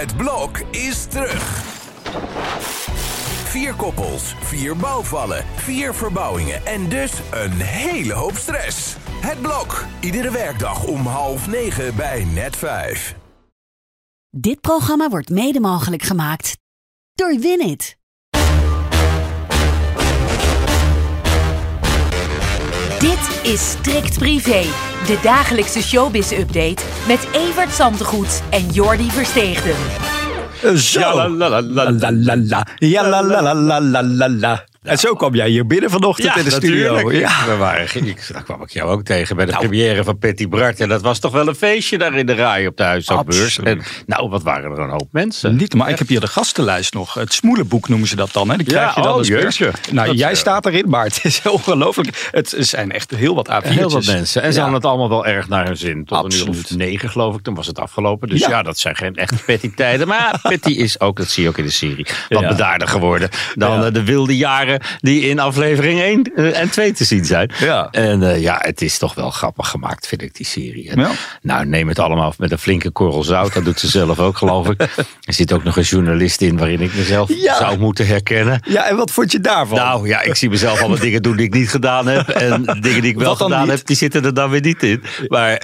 Het blok is terug. 4 koppels, 4 bouwvallen, 4 verbouwingen en dus een hele hoop stress. Het blok, iedere werkdag om 8:30 bij Net5. Dit programma wordt mede mogelijk gemaakt door Winit. Dit is Strikt Privé, de dagelijkse showbiz-update met Evert Zantegoed en Jordi Versteegden. Zo. Ja, la. En zo kwam jij hier binnen vanochtend in de studio. Ja, daar kwam ik jou ook tegen bij de première van Patty Bart. En dat was toch wel een feestje daar in de Rai op de Huishoudbeurs. En wat waren er een hoop mensen. Niet, maar ik heb hier de gastenlijst nog. Het Smoelenboek noemen ze dat dan. Hè? Die krijg je dan als pers. Nou, jij staat erin, maar het is ongelooflijk. Het zijn echt heel wat A4'tjes. Heel wat mensen. En ze hadden het allemaal wel erg naar hun zin. Tot een uur of 9 geloof ik. Toen was het afgelopen. Dus dat zijn geen echte Patty-tijden. Maar Patty is ook, dat zie je ook in de serie, wat bedaarder geworden dan de wilde jaren die in aflevering 1 en 2 te zien zijn. Ja. En het is toch wel grappig gemaakt, vind ik, die serie. En, nou, neem het allemaal met een flinke korrel zout. Dat doet ze zelf ook, geloof ik. Er zit ook nog een journalist in waarin ik mezelf zou moeten herkennen. Ja, en wat vond je daarvan? Nou ja, ik zie mezelf allemaal dingen doen die ik niet gedaan heb. En dingen die ik wel gedaan heb, die zitten er dan weer niet in. Maar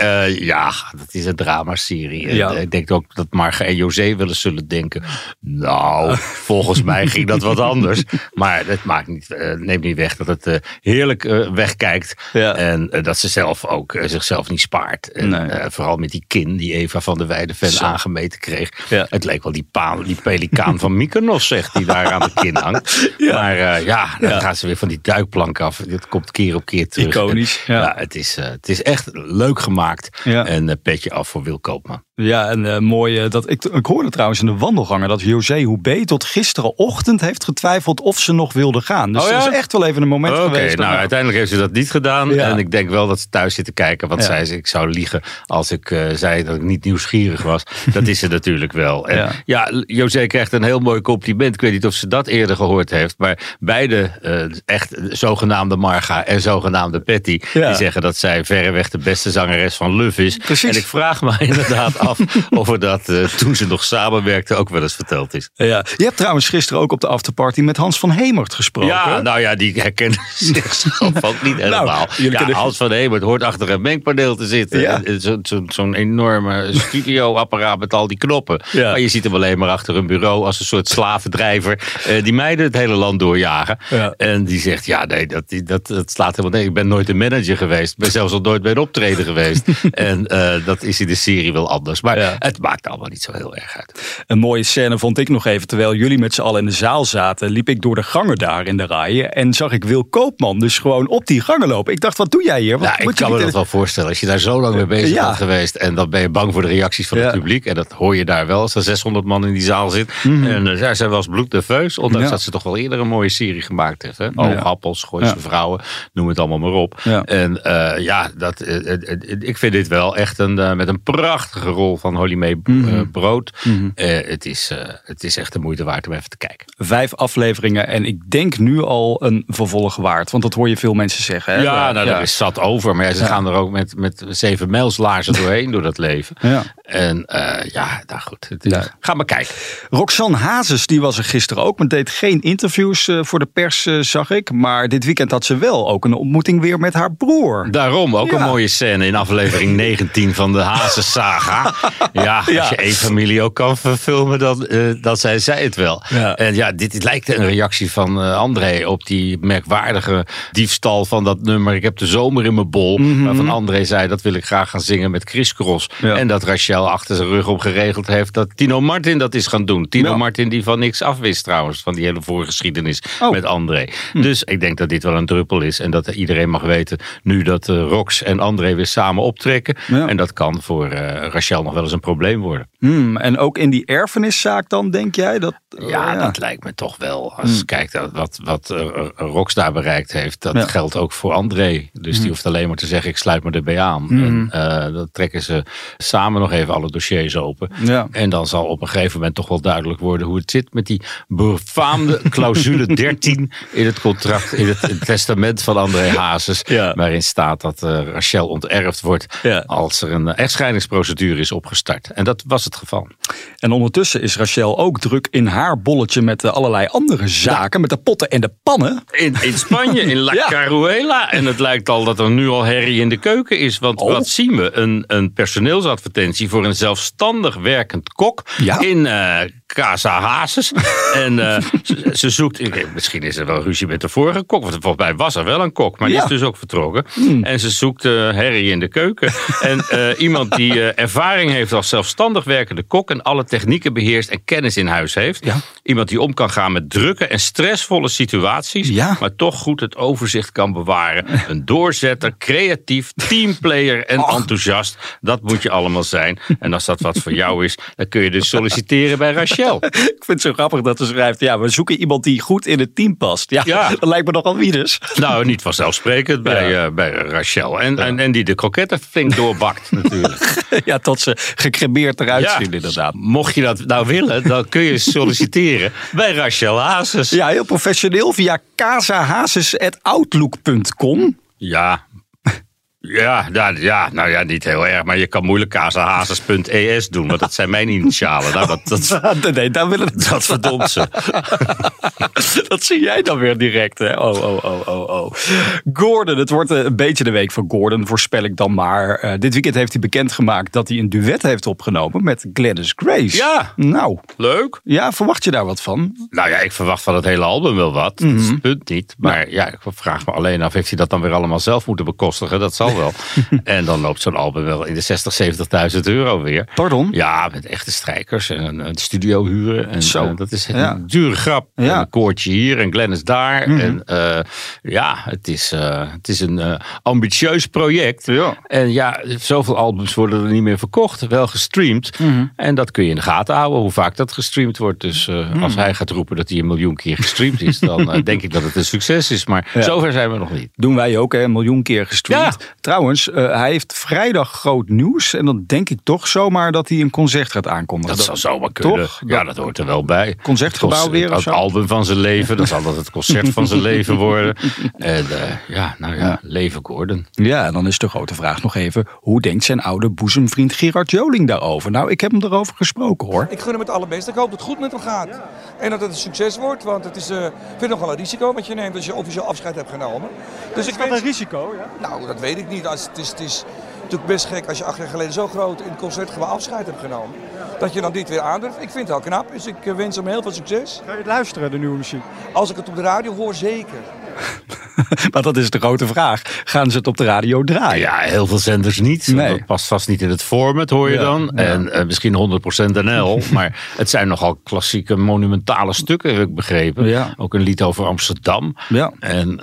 dat is een dramaserie. Ja. Ik denk ook dat Marga en José wel eens zullen denken, nou, volgens mij ging dat wat anders. Maar het neemt niet weg dat het heerlijk wegkijkt. Ja. En dat ze zelf ook zichzelf niet spaart. En vooral met die kin die Eva van der Weijden aangemeten kreeg. Ja. Het leek wel die pelikaan van Mykonos, zegt, die daar aan de kin hangt. Ja. Maar dan gaat ze weer van die duikplank af. Het komt keer op keer terug. Iconisch. Het is echt leuk gemaakt. Ja. En petje af voor Wil Koopman. Ja, en mooi. Ik hoorde trouwens in de wandelgangen dat José Houbé tot gisterenochtend heeft getwijfeld of ze nog wilde gaan. Dus dat is echt wel even een moment geweest. Nou, uiteindelijk heeft ze dat niet gedaan. Ja. En ik denk wel dat ze thuis zit te kijken. Want zei ze, ik zou liegen als ik zei dat ik niet nieuwsgierig was. Dat is ze natuurlijk wel. En José krijgt een heel mooi compliment. Ik weet niet of ze dat eerder gehoord heeft. Maar beide echt zogenaamde Marga en zogenaamde Patty. Die zeggen dat zij verreweg de beste zangeres van Luf is. Precies. En ik vraag me inderdaad af of er dat toen ze nog samenwerkten ook wel eens verteld is. Ja. Je hebt trouwens gisteren ook op de afterparty met Hans van Hemert gesproken. Ja, nou ja, die herkennen zichzelf ook niet helemaal. Hans van Hemert hoort achter een mengpaneel te zitten. Ja. Zo'n enorme studioapparaat met al die knoppen. Ja. Maar je ziet hem alleen maar achter een bureau als een soort slavendrijver. Die meiden het hele land doorjagen. Ja. En die zegt, dat slaat helemaal nee. Ik ben nooit een manager geweest. Ik ben zelfs al nooit bij een optreden geweest. En dat is in de serie wel anders. Maar het maakt allemaal niet zo heel erg uit. Een mooie scène vond ik nog even. Terwijl jullie met z'n allen in de zaal zaten, liep ik door de gangen daar in de Rai. En zag ik Wil Koopman dus gewoon op die gangen lopen. Ik dacht, wat doe jij hier? Ik kan me dat wel voorstellen. Als je daar zo lang mee bezig bent geweest. En dan ben je bang voor de reacties van het publiek. En dat hoor je daar wel als er 600 man in die zaal zit. Mm-hmm. En zij was bloednerveus. Ondanks dat ze toch wel eerder een mooie serie gemaakt heeft. Hè? Oogappels, Gooise vrouwen. Noem het allemaal maar op. Ja. En ik vind dit wel echt met een prachtige rol van Holly May Brood. Mm-hmm. Het is echt de moeite waard om even te kijken. 5 afleveringen en ik denk nu al een vervolg waard. Want dat hoor je veel mensen zeggen. Hè? Ja, daar is zat over. Maar ze gaan er ook met 7 mijlslaarzen doorheen door dat leven. Ja. En goed. Ga maar kijken. Roxanne Hazes, die was er gisteren ook. Maar deed geen interviews voor de pers, zag ik. Maar dit weekend had ze wel ook een ontmoeting weer met haar broer. Daarom ook een mooie scène in aflevering 19 van de Hazes saga. Als je één familie ook kan verfilmen, dan zijn zij het wel. Ja. En dit lijkt een reactie van André op die merkwaardige diefstal van dat nummer Ik heb de zomer in mijn bol. Mm-hmm. Waarvan André zei, dat wil ik graag gaan zingen met Chris Cross. Ja. En dat Rachel achter zijn rug op geregeld heeft dat Tino Martin dat is gaan doen. Tino Martin die van niks afwist trouwens, van die hele voorgeschiedenis met André. Dus ik denk dat dit wel een druppel is. En dat iedereen mag weten nu dat Rox en André weer samen optrekken. Ja. En dat kan voor Rachel nog wel eens een probleem worden. En ook in die erfeniszaak dan, denk jij? Dat lijkt me toch wel. Als je kijkt wat Rox daar bereikt heeft, dat geldt ook voor André. Dus die hoeft alleen maar te zeggen, ik sluit me erbij aan. En dan trekken ze samen nog even alle dossiers open. Ja. En dan zal op een gegeven moment toch wel duidelijk worden hoe het zit met die befaamde clausule 13 in het contract, in het testament van André Hazes. Ja. Waarin staat dat Rachel onterfd wordt als er een echtscheidingsprocedure is is opgestart. En dat was het geval. En ondertussen is Rachel ook druk in haar bolletje met allerlei andere zaken. Met de potten en de pannen. In Spanje, in La Caruela. En het lijkt al dat er nu al herrie in de keuken is. Want wat zien we? Een personeelsadvertentie voor een zelfstandig werkend kok in Casa Hazes. En ze zoekt, misschien is er wel ruzie met de vorige kok. Want volgens mij was er wel een kok, maar die is dus ook vertrokken. En ze zoekt herrie in de keuken. En iemand die ervaring heeft als zelfstandig werkende kok en alle technieken beheerst en kennis in huis heeft. Ja. Iemand die om kan gaan met drukke en stressvolle situaties, maar toch goed het overzicht kan bewaren. Een doorzetter, creatief, teamplayer en enthousiast. Dat moet je allemaal zijn. En als dat wat voor jou is, dan kun je dus solliciteren bij Rachel. Ik vind het zo grappig dat ze schrijft, we zoeken iemand die goed in het team past. Ja. Dat lijkt me nogal wie dus. Nou, niet vanzelfsprekend bij Rachel. En die de kroketten flink doorbakt natuurlijk. Ja, tot ze gecremeerd eruit zien inderdaad. Mocht je dat nou willen, dan kun je solliciteren bij Rachel Hazes. Ja, heel professioneel via casahazes@outlook.com. Ja, nou ja, niet heel erg. Maar je kan moeilijk casahazes.es doen. Want dat zijn mijn initialen. Nou, nee, daar willen we dat verdomt ze. Dat zie jij dan weer direct, hè? Oh. Gordon, het wordt een beetje de week van Gordon, voorspel ik dan maar. Dit weekend heeft hij bekendgemaakt dat hij een duet heeft opgenomen met Gladys Grace. Ja. Nou. Leuk. Ja, verwacht je daar wat van? Nou ja, ik verwacht van het hele album wel wat. Dat is het punt niet. Maar ik vraag me alleen af, heeft hij dat dan weer allemaal zelf moeten bekostigen? Dat zal wel. En dan loopt zo'n album wel in de 60.000, 70.000 euro weer. Pardon? Ja, met echte strijkers en een studio huren. En dat is een dure grap. Ja. En een koortje hier en Glennis daar. En het is een ambitieus project. Ja. En zoveel albums worden er niet meer verkocht. Wel gestreamd. En dat kun je in de gaten houden, hoe vaak dat gestreamd wordt. Dus als hij gaat roepen dat hij 1 miljoen keer gestreamd is, dan denk ik dat het een succes is. Maar zover zijn we nog niet. Doen wij ook, hè? 1 miljoen keer gestreamd. Ja. Trouwens, hij heeft vrijdag groot nieuws. En dan denk ik toch zomaar dat hij een concert gaat aankondigen. Dat zou zomaar kunnen. Toch? Ja, dat hoort er wel bij. Concertgebouw weer of zo? Het album van zijn leven. Dan zal dat het concert van zijn leven worden. En leven Gordon. Ja, en dan is de grote vraag nog even. Hoe denkt zijn oude boezemvriend Gerard Joling daarover? Nou, ik heb hem erover gesproken, hoor. Ik gun hem het allerbeste. Ik hoop dat het goed met hem gaat. Ja. En dat het een succes wordt. Want het is vind ik nogal een risico wat je neemt als je officieel afscheid hebt genomen. Dus is dat een risico? Ja? Nou, dat weet ik niet. Het is natuurlijk best gek als je 8 jaar geleden zo groot in het concertgebouw afscheid hebt genomen. Dat je dan dit weer aandurft. Ik vind het heel knap. Dus ik wens hem heel veel succes. Ga je het luisteren, de nieuwe muziek? Als ik het op de radio hoor, zeker. Maar dat is de grote vraag. Gaan ze het op de radio draaien? Ja, heel veel zenders niet. Nee. Dat past vast niet in het format, hoor je dan. Ja. En misschien 100% NL. Maar het zijn nogal klassieke, monumentale stukken, heb ik begrepen. Ja. Ook een lied over Amsterdam. Ja. En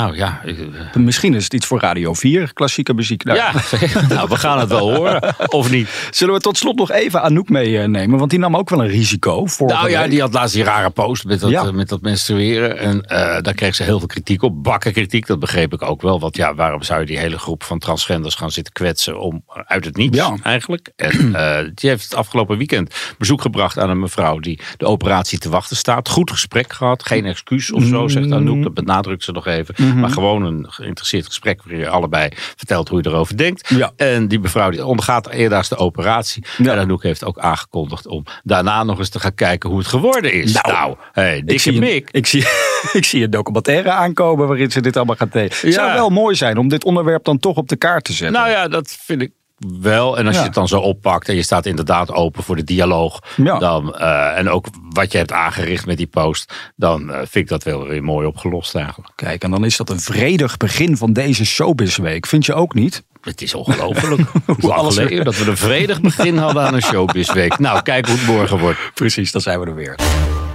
misschien is het iets voor Radio 4, klassieke muziek. Nou. Ja, we gaan het wel horen. Of niet. Zullen we tot slot nog even Anouk meenemen? Want die nam ook wel een risico. Die had laatst die rare post met dat menstrueren. En daar kreeg ze heel veel kritiek op. Bakkenkritiek, dat begreep ik ook wel. Want waarom zou je die hele groep van transgenders gaan zitten kwetsen uit het niets eigenlijk? En die heeft het afgelopen weekend bezoek gebracht aan een mevrouw die de operatie te wachten staat. Goed gesprek gehad, geen excuus of zo, zegt Anouk. Dat benadrukt ze nog even. Maar gewoon een geïnteresseerd gesprek waar je allebei vertelt hoe je erover denkt. Ja. En die mevrouw die ondergaat eerder de operatie. Ja. En Anouk heeft ook aangekondigd om daarna nog eens te gaan kijken hoe het geworden is. Dikke Mick. Ik zie een documentaire aankomen waarin ze dit allemaal gaat tegen. Het zou wel mooi zijn om dit onderwerp dan toch op de kaart te zetten. Nou ja, dat vind ik wel. En als je het dan zo oppakt en je staat inderdaad open voor de dialoog. Ja. Dan, en ook wat je hebt aangericht met die post. Dan vind ik dat wel weer mooi opgelost eigenlijk. Kijk, en dan is dat een vredig begin van deze Showbizweek. Vind je ook niet? Het is ongelooflijk. Hoe lang geleden dat we een vredig begin hadden aan een Showbizweek. Nou, kijk hoe het morgen wordt. Precies, dan zijn we er weer.